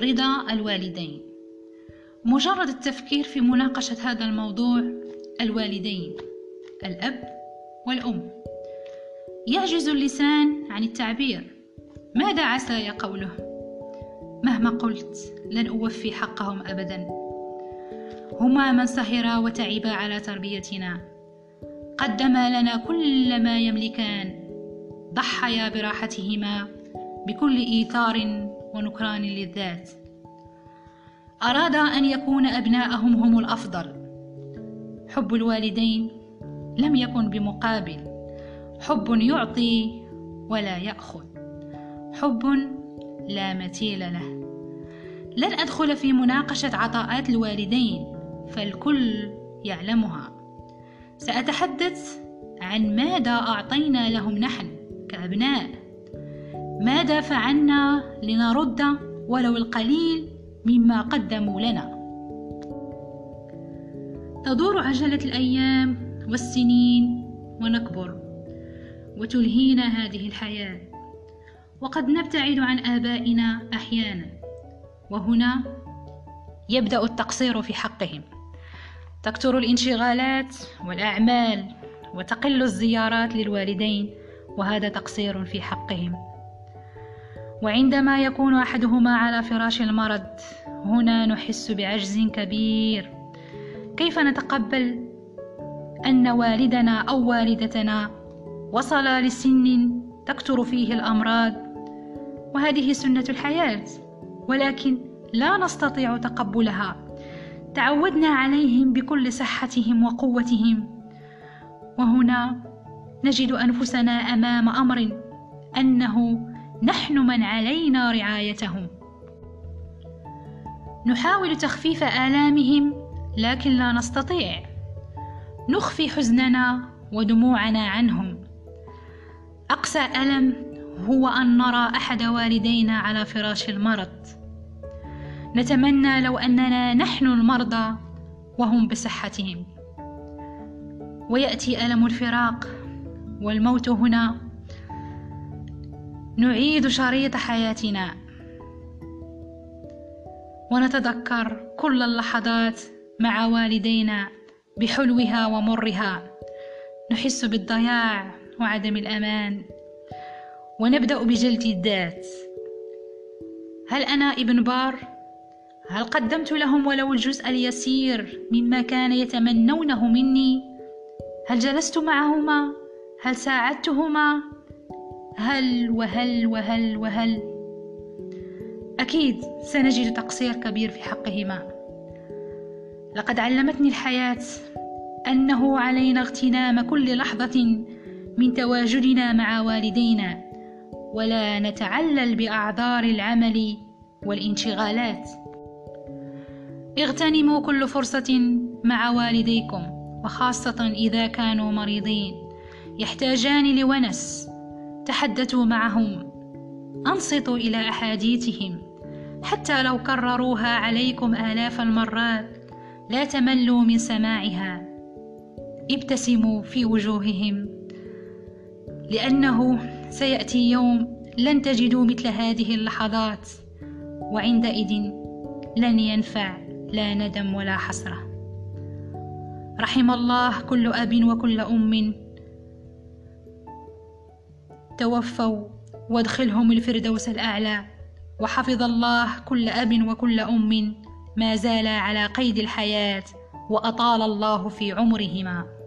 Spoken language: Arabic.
رضا الوالدين. مجرد التفكير في مناقشة هذا الموضوع، الوالدين الأب والأم، يعجز اللسان عن التعبير. ماذا عسى قوله؟ مهما قلت لن أوفي حقهم أبدا. هما من سهرا وتعبا على تربيتنا، قدما لنا كل ما يملكان، ضحيا براحتهما بكل إيثار ونكران للذات. أراد أن يكون أبناءهم هم الأفضل. حب الوالدين لم يكن بمقابل، حب يعطي ولا يأخذ، حب لا مثيل له. لن أدخل في مناقشة عطاءات الوالدين فالكل يعلمها. سأتحدث عن ماذا أعطينا لهم نحن كأبناء، ماذا فعلنا لنرد ولو القليل مما قدموا لنا. تدور عجلة الأيام والسنين ونكبر وتلهينا هذه الحياة، وقد نبتعد عن آبائنا أحيانا، وهنا يبدأ التقصير في حقهم. تكثر الانشغالات والأعمال وتقل الزيارات للوالدين، وهذا تقصير في حقهم. وعندما يكون أحدهما على فراش المرض، هنا نحس بعجز كبير. كيف نتقبل أن والدنا أو والدتنا وصل لسن تكثر فيه الأمراض؟ وهذه سنة الحياة، ولكن لا نستطيع تقبلها. تعودنا عليهم بكل صحتهم وقوتهم، وهنا نجد أنفسنا أمام أمر أنه نحن من علينا رعايتهم. نحاول تخفيف آلامهم لكن لا نستطيع. نخفي حزننا ودموعنا عنهم. أقسى ألم هو أن نرى أحد والدينا على فراش المرض. نتمنى لو أننا نحن المرضى وهم بصحتهم. ويأتي ألم الفراق والموت. هنا نعيد شريط حياتنا ونتذكر كل اللحظات مع والدينا بحلوها ومرها. نحس بالضياع وعدم الأمان، ونبدأ بجلد الذات. هل أنا ابن بار؟ هل قدمت لهم ولو الجزء اليسير مما كان يتمنونه مني؟ هل جلست معهما؟ هل ساعدتهما؟ هل وهل وهل وهل؟ أكيد سنجد تقصير كبير في حقهما. لقد علمتني الحياة أنه علينا اغتنام كل لحظة من تواجدنا مع والدينا، ولا نتعلل بأعذار العمل والانشغالات. اغتنموا كل فرصة مع والديكم، وخاصة إذا كانوا مريضين يحتاجان لونس. تحدثوا معهم، أنصتوا إلى أحاديثهم، حتى لو كرروها عليكم آلاف المرات لا تملوا من سماعها. ابتسموا في وجوههم، لأنه سيأتي يوم لن تجدوا مثل هذه اللحظات، وعندئذ لن ينفع لا ندم ولا حسرة. رحم الله كل أب وكل أم توفوا، وادخلهم الفردوس الأعلى. وحفظ الله كل أب وكل أم ما زال على قيد الحياة، وأطال الله في عمرهما.